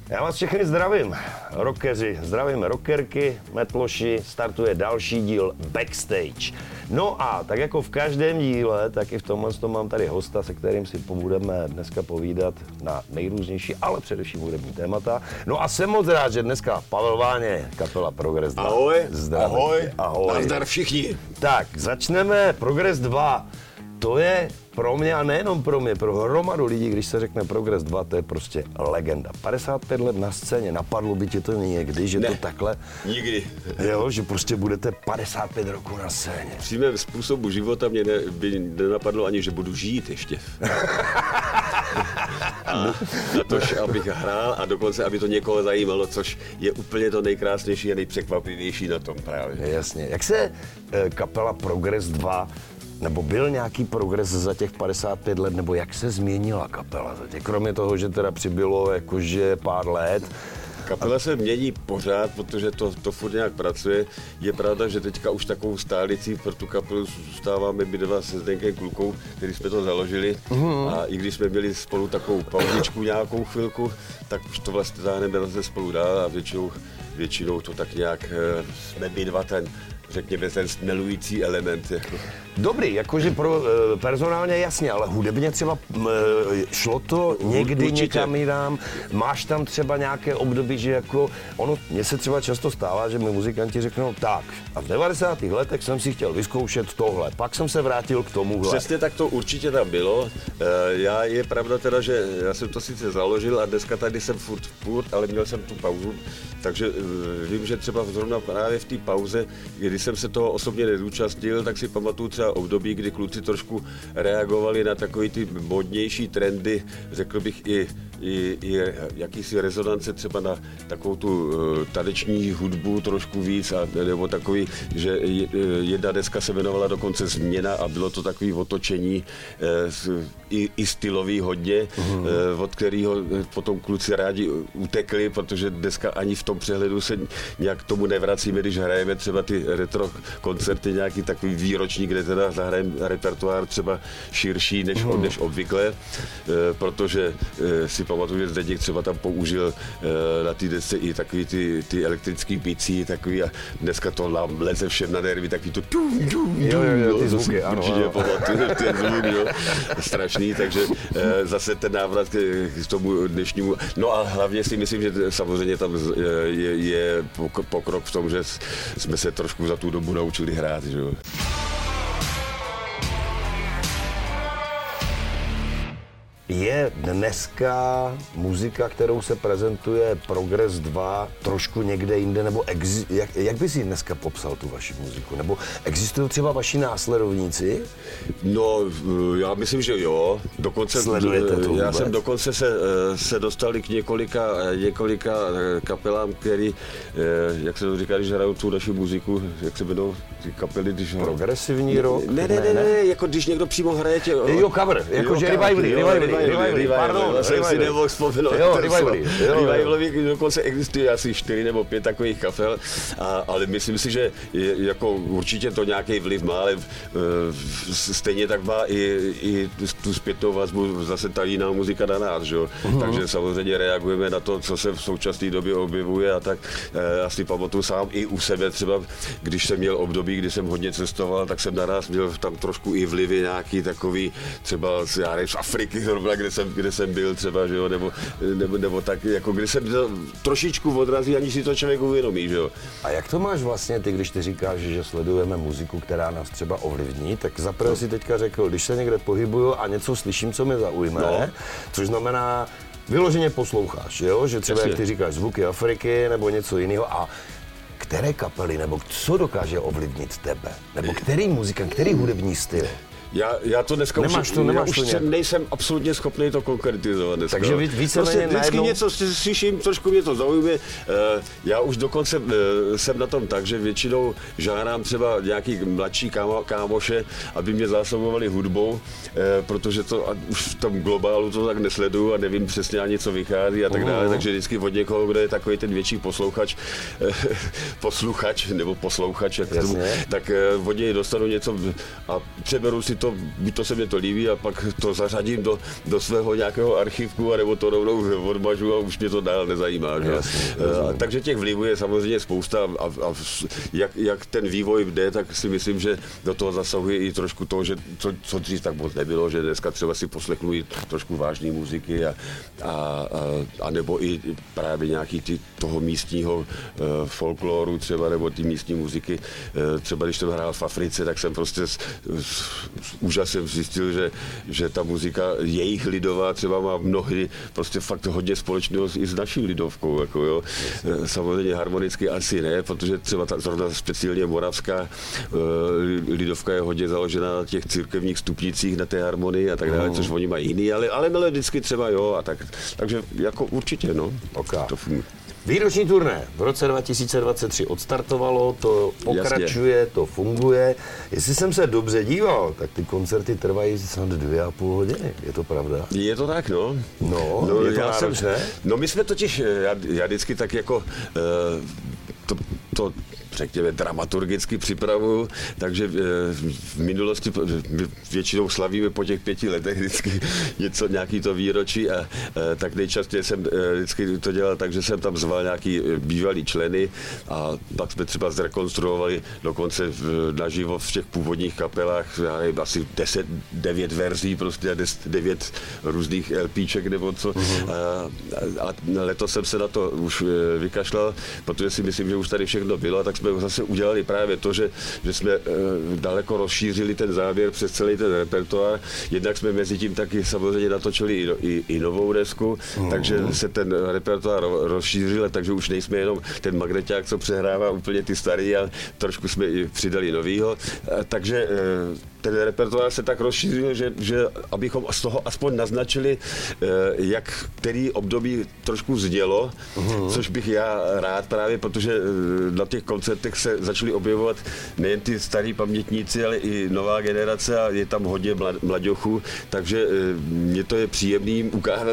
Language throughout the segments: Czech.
Já vás všechny zdravím, rockeři, zdravím rockerky, metloši, startuje další díl Backstage. No a tak jako v každém díle, tak i v tomhle mám tady hosta, se kterým si budeme dneska povídat na nejrůznější, ale především hudební témata. No a jsem moc rád, že dneska Pavel Váně, kapela Progress 2. Ahoj, zdravím. Ahoj, nazdar všichni. Tak, začneme Progress 2. To je pro mě a nejenom pro mě, pro hromadu lidí, když se řekne Progress 2, to je prostě legenda. 55 let na scéně, napadlo by tě to někdy, že ne, to takhle... Nikdy. Jo, že prostě budete 55 roků na scéně. Při mém způsobu života mě by nenapadlo ani, že budu žít ještě. A tož, abych hrál a dokonce, aby to někoho zajímalo, což je úplně to nejkrásnější a nejpřekvapivější na tom právě. Jasně. Jak se kapela Progress 2 nebo byl nějaký progres za těch 55 let, nebo jak se změnila kapela za těch, kromě toho, že teda přibylo jakože pár let? Kapela se mění pořád, protože to furt nějak pracuje. Je pravda, že teďka už takovou stálicí pro tu kapelu zůstáváme my dva se Zdenkem Klukou, který jsme to založili. A i když jsme měli spolu takovou pauzičku nějakou chvilku, tak už to vlastně táhneme zase spolu dál a většinou to tak nějak jsme my dva řekněme, ten stmelující element. Jako. Dobrý, jakože personálně jasně, ale hudebně třeba šlo to někdy určitě někam jinam. Máš tam třeba nějaké období, že jako mně se třeba často stává, že mi muzikanti řeknou tak a v 90. letech jsem si chtěl vyzkoušet tohle, pak jsem se vrátil k tomuhle. Přesně tak to určitě tam bylo. Je pravda teda, že já jsem to sice založil a dneska tady jsem furt, ale měl jsem tu pauzu, takže vím, že třeba zrovna právě v té pauze, kdy jsem se toho osobně nezúčastnil, tak si pamatuju třeba období, kdy kluci trošku reagovali na takový ty modnější trendy, řekl bych i jakýsi rezonance třeba na takovou tu taneční hudbu trošku víc, nebo takový, že jedna deska se jmenovala dokonce Změna a bylo to takový otočení i stylový hodně, od kterého potom kluci rádi utekli, protože dneska ani v tom přehledu se nějak tomu nevracíme, když hrajeme třeba ty retro koncerty, nějaký takový výroční, kde teda zahrajeme repertoár třeba širší než obvykle, protože si pamatuju, že Zdeněk třeba tam použil na té desce i takový ty elektrický bicí, takový a dneska to nám leze všem na nervy, takový to ty zvuky, ano. Určitě pamatuju, ten zvuk, jo, strašný, takže zase ten návrat k tomu dnešnímu, no a hlavně si myslím, že samozřejmě tam je pokrok v tom, že jsme se trošku za tu dobu naučili hrát, že jo. Je dneska muzika, kterou se prezentuje Progress 2, trošku někde jinde, nebo jak bys ji dneska popsal, tu vaši muziku? Nebo existují třeba vaši následovníci? No, já myslím, že jo. Dokonce, sledujete to vůbec? Já jsem dokonce se dostal k několika kapelám, který, jak se to říká, když hrajou tu naši muziku, jak se jmenou ty kapely, když progresivní rock? Ne, jako když někdo přímo hraje tě... Jo, cover, jakože Revivaly, pardon, jsem si nemohl vzpomenout. Revivaly. Dokonce existuje asi 4 nebo 5 takových kapel, ale myslím si, že jako určitě to nějaký vliv má, ale stejně tak má i tu zpětnou vazbu zase ta jiná muzika na nás, že? Takže samozřejmě reagujeme na to, co se v současné době objevuje a tak já si pamatuju sám i u sebe třeba, když jsem měl období, kdy jsem hodně cestoval, tak jsem naraz měl tam trošku i vlivy nějaký takový, třeba z Afriky, kde jsem byl třeba, že jo, nebo tak, jako kde jsem trošičku odrazí, aniž si to člověk uvědomí, že jo. A jak to máš vlastně ty, když ty říkáš, že sledujeme muziku, která nás třeba ovlivní, tak zaprvé si teďka řekl, když se někde pohybuju a něco slyším, co mě zaujme, což znamená, vyloženě posloucháš, jo, že třeba, jak ty říkáš, zvuky Afriky nebo něco jiného a které kapely, nebo co dokáže ovlivnit tebe? Nebo který muzikant, který hudební styl? Já to dneska nejsem absolutně schopný to konkretizovat dneska. Takže víceméně vždycky něco slyším, trošku mě to zaujme. Já už dokonce jsem na tom tak, že většinou žádám třeba nějaký mladší kámoše, aby mě zásobovali hudbou, protože to už v tom globálu to tak nesleduju a nevím přesně ani, co vychází a tak dále, takže vždycky od někoho, kdo je takový ten větší posluchač, jak tomu, tak od něj dostanu něco a přeberu si buď to se mi to líbí a pak to zařadím do svého nějakého archivku, anebo to rovnou odmažu a už mě to dál nezajímá. Že? Jasně. Takže těch vlivů je samozřejmě spousta a jak ten vývoj jde, tak si myslím, že do toho zasahuje i trošku to, že co dřív tak moc nebylo, že dneska třeba si poslechnu i trošku vážné muziky a nebo i právě nějaký toho místního folkloru třeba, nebo ty místní muziky. Třeba když jsem hrál v Africe, tak jsem prostě s úžasem zjistil, že ta muzika jejich lidová třeba má mnohdy prostě fakt hodně společného i s naší lidovkou. Jako jo. Samozřejmě harmonicky asi ne, protože třeba zrovna speciálně moravská lidovka je hodně založena na těch církevních stupnicích, na té harmonii a tak dále, což oni mají jiný, ale melodicky třeba jo a tak. Takže jako určitě, no. Okay. To funguje. Výroční turné v roce 2023 odstartovalo, to pokračuje, jasně. To funguje. Jestli jsem se dobře díval, tak ty koncerty trvají snad 2,5 hodiny, je to pravda? Je to tak, no. No, je to náročné? No my jsme totiž, já vždycky tak jako to řekněme, dramaturgicky připravuju, takže v minulosti většinou slavíme po těch 5 letech vždycky nějaký to výročí a tak nejčastěji jsem vždycky to dělal tak, že jsem tam zval nějaký bývalý členy a pak jsme třeba zrekonstruovali dokonce naživo v těch původních kapelách, já nevím, asi 9 verzí, prostě 9 různých LPček nebo co. A letos jsem se na to už vykašlal, protože si myslím, že už tady všechno bylo, tak jsme zase udělali právě to, že jsme daleko rozšířili ten záběr přes celý ten repertoár. Jednak jsme mezi tím taky samozřejmě natočili i novou desku, takže se ten repertoár rozšířil, takže už nejsme jenom ten magneťák, co přehrává úplně ty starý, a trošku jsme i přidali novýho. Takže ten repertoár se tak rozšířil, že abychom z toho aspoň naznačili, jak který období trošku znělo, což bych já rád právě, protože na těch koncertech se začali objevovat nejen ty starý pamětníci, ale i nová generace a je tam hodně mladěchů, takže mně to je příjemný jim ukázat,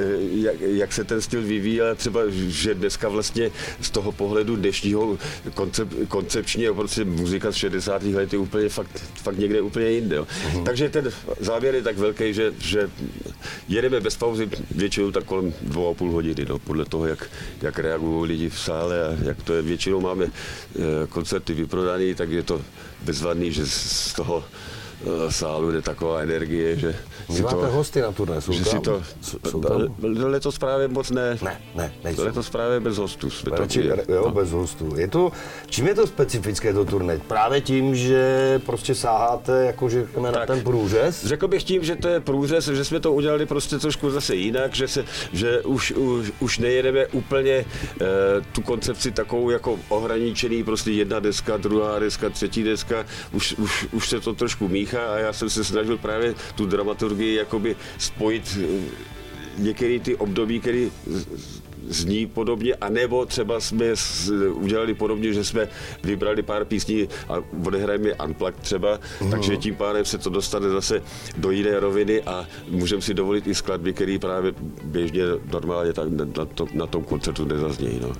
jak se ten styl vyvíjí, ale třeba, že dneska vlastně z toho pohledu dnešního koncepčně prostě muzika z 60. let je úplně fakt někde úplně jinde. Jo. Takže ten závěr je tak velký, že jedeme bez pauzy většinou tak kolem 2,5 hodiny, no, podle toho, jak reagují lidi v sále a jak to je. Většinou máme koncerty vyprodaný, tak je to bezvadný, že z toho sálu jde taková energie, že si máte hosty na turné, jsou tam? Letos právě moc ne. Ne, nejsou. Letos právě bez hostů. Bez hostů. Čím je to specifické to turné? Právě tím, že prostě sáháte jako řekněme na ten průřez? Řekl bych tím, že to je průřez, že jsme to udělali prostě trošku zase jinak, že už nejedeme úplně tu koncepci takovou jako ohraničený, prostě jedna deska, druhá deska, třetí deska, už se to trošku míchá a já jsem se snažil právě tu dramaturgii jakoby spojit některé ty období, které zní podobně, anebo třeba jsme udělali podobně, že jsme vybrali pár písní a odehrajeme je unplugged třeba, takže tím pádem se to dostane zase do jiné roviny a můžeme si dovolit i skladby, které právě běžně normálně na tom koncertu nezaznějí. No.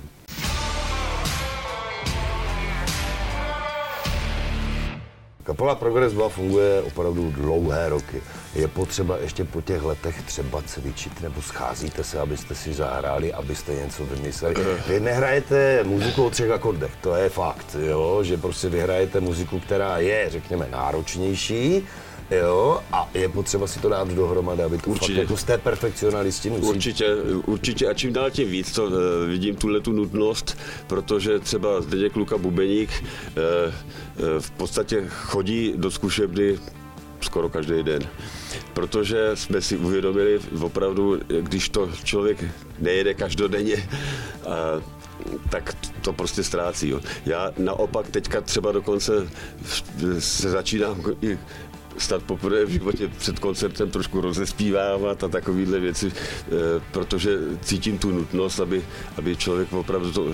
Kapela Progress 2 funguje opravdu dlouhé roky. Je potřeba ještě po těch letech třeba cvičit, nebo scházíte se, abyste si zahráli, abyste něco vymysleli. Vy nehrajete muziku o 3 akordech, to je fakt, jo? Že prostě vyhrajete muziku, která je, řekněme, náročnější, jo, a je potřeba si to dát dohromady, aby to určitě. Fakt jako jste perfekcionalisti musí. Určitě a čím dál tím víc to vidím tuhletu nutnost, protože třeba Zdeněk Luka Bubeník v podstatě chodí do zkušebny skoro každý den. Protože jsme si uvědomili opravdu, když to člověk nejede každodenně, tak to prostě ztrácí. Jo. Já naopak teďka třeba dokonce se začínám i snad poprvé v životě před koncertem trošku rozespívávat a takovýhle věci, protože cítím tu nutnost, aby člověk opravdu to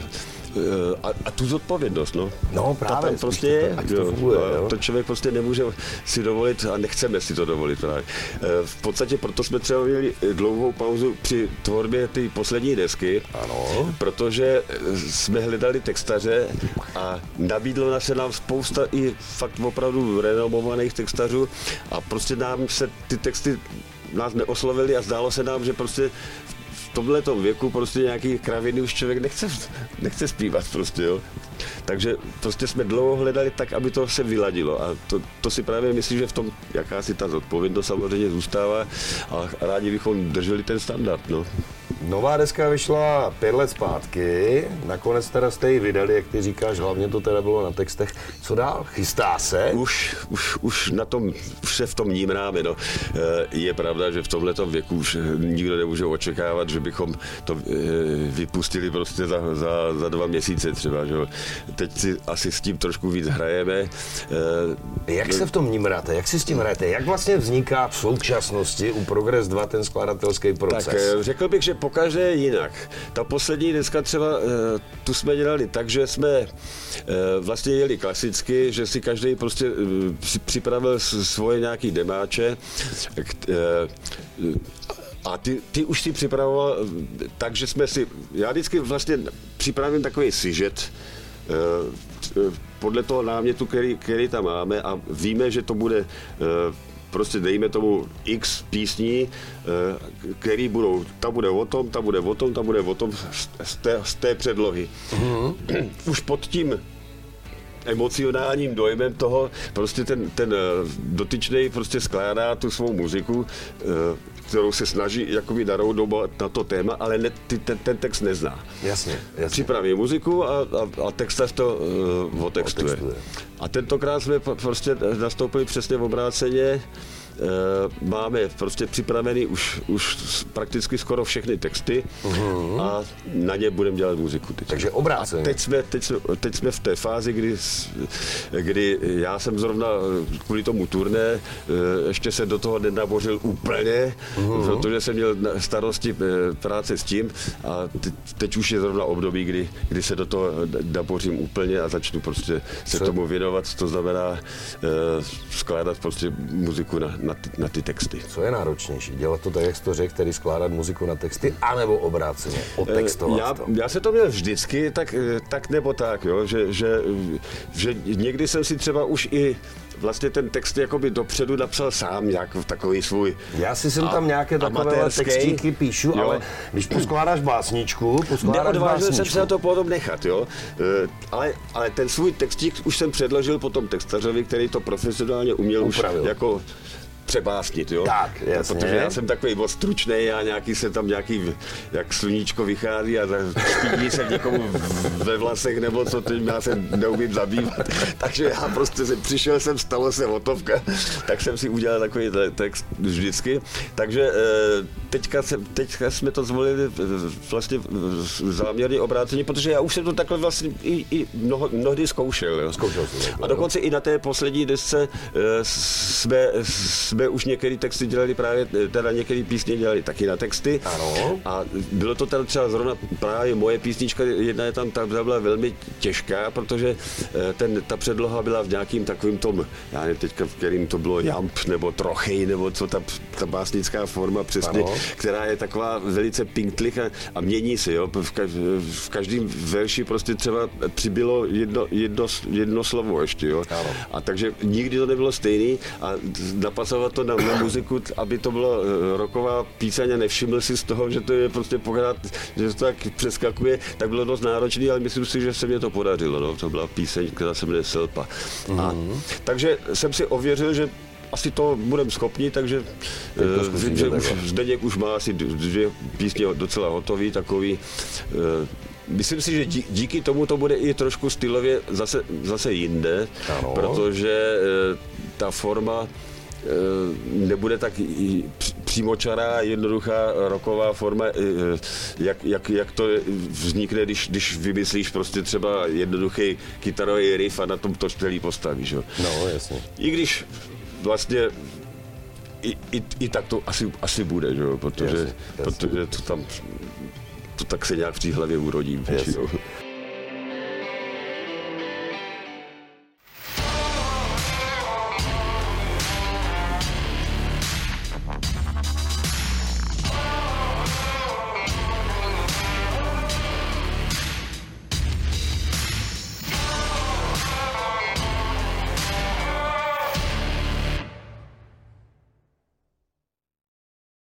a tu zodpovědnost, no. No právě. Ta tam prostě je, jo. To člověk prostě nemůže si dovolit a nechceme si to dovolit právě. V podstatě proto jsme třeba měli dlouhou pauzu při tvorbě té poslední desky, ano. Protože jsme hledali textaře a nabídlo se nám spousta i fakt opravdu renomovaných textařů a prostě nám se ty texty nás neoslovili a zdálo se nám, že prostě v tomhletom věku prostě nějaký kraviny už člověk nechce zpívat prostě, jo. Takže prostě jsme dlouho hledali tak, aby to se vyladilo a to si právě myslím, že v tom jakási ta zodpovědnost samozřejmě zůstává a rádi bychom drželi ten standard, no. Nová deska vyšla 5 let zpátky, nakonec teda jste ji vydali, jak ty říkáš, hlavně to teda bylo na textech. Co dál? Chystá se? Už na tom, už se v tom nímráme, no. Je pravda, že v tomhletom věku už nikdo nemůže očekávat, že bychom to vypustili prostě za 2 měsíce třeba, že jo. Teď si asi s tím trošku víc hrajeme. Jak se v tom nímráte? Jak si s tím hrajete? Jak vlastně vzniká v současnosti u Progress 2 ten skladatelský proces? Tak řekl bych, že pokaždé jinak. Ta poslední deska třeba, tu jsme dělali tak, že jsme vlastně jeli klasicky, že si každý prostě připravil svoje nějaký demáče a ty už si připravoval tak, že jsme si, já vždycky vlastně připravím takový sižet, podle toho námětu, který tam máme a víme, že to bude prostě dejme tomu x písní, který budou, ta bude o tom, ta bude o tom, ta bude o tom z té předlohy. Už pod tím emocionálním dojmem toho prostě ten dotyčnej prostě skládá tu svou muziku, kterou se snaží jakoby naroudovat na to téma, ale ten text nezná. Jasně. Připraví muziku a textař to otextuje. A tentokrát jsme prostě nastoupili přesně v obráceně. Máme prostě připravený už prakticky skoro všechny texty a na ně budeme dělat muziku. Takže obráceně. Teď jsme v té fázi, kdy já jsem zrovna kvůli tomu turné ještě se do toho nenabořil úplně, protože jsem měl starosti práce s tím a teď už je zrovna období, kdy se do toho nabořím úplně a začnu prostě se tomu věnovat, to znamená skládat prostě muziku na ty texty. Co je náročnější? Dělat to tak, jak jsi to řekl, tedy skládat muziku na texty, anebo obráceně, otextovat to? Já se to měl vždycky tak nebo tak, jo? Že někdy jsem si třeba už i vlastně ten text jakoby dopředu napsal sám, jako takový svůj. Já si sem tam nějaké takové textíky píšu, jo. Ale když poskládáš básničku, neodvážil jsem se na to potom nechat, jo. Ale ten svůj textík už jsem předložil potom textařovi, který to profesionálně uměl upravil. Už jako přebásnit, jo? Tak, jasně. Protože já jsem takový stručnej a nějaký se tam jak sluníčko vychází a špídí se někomu ve vlasech nebo co, tím já se neumím zabývat. Takže já prostě přišel jsem, stalo se hotovka, tak jsem si udělal takový text vždycky. Takže teďka jsme to zvolili vlastně záměrně obráceně, protože já už jsem to takhle vlastně i mnohdy zkoušel. Jo? Zkoušel jsem. A dokonce i na té poslední desce jsme už některé texty dělali právě, teda některé písně dělali taky na texty. Ano. A bylo to teda třeba zrovna právě moje písnička, jedna je tam, ta byla velmi těžká, protože ta předloha byla v nějakým takovým tom, já nevím teďka, v kterým to bylo jamp, nebo trochej, nebo co ta básnická forma přesně, ano. Která je taková velice pinktlich a mění se, jo. V každém verši prostě třeba přibylo jedno slovo ještě, jo. Ano. A takže nikdy to nebylo stejný a napasovat to na muziku, aby to byla rocková píseň a nevšiml si z toho, že to je prostě pořád, že to tak přeskakuje, tak bylo dost náročný, ale myslím si, že se mě to podařilo, no. To byla píseň, která se jmenuje Selpa. Takže jsem si ověřil, že asi to budeme schopni, takže vím, že Zdeněk už má asi 2 písně docela hotový, takový. Myslím si, že díky tomu to bude i trošku stylově zase jinde, ano. Protože ta forma nebude tak přímočará, jednoduchá rocková forma, jak to vznikne, když vymyslíš prostě třeba jednoduchý kytarový riff a na tom to celý postavíš. Jo. No, jasně. I když vlastně i tak to asi bude, že jo, protože to tam to tak se nějak v té hlavě urodí.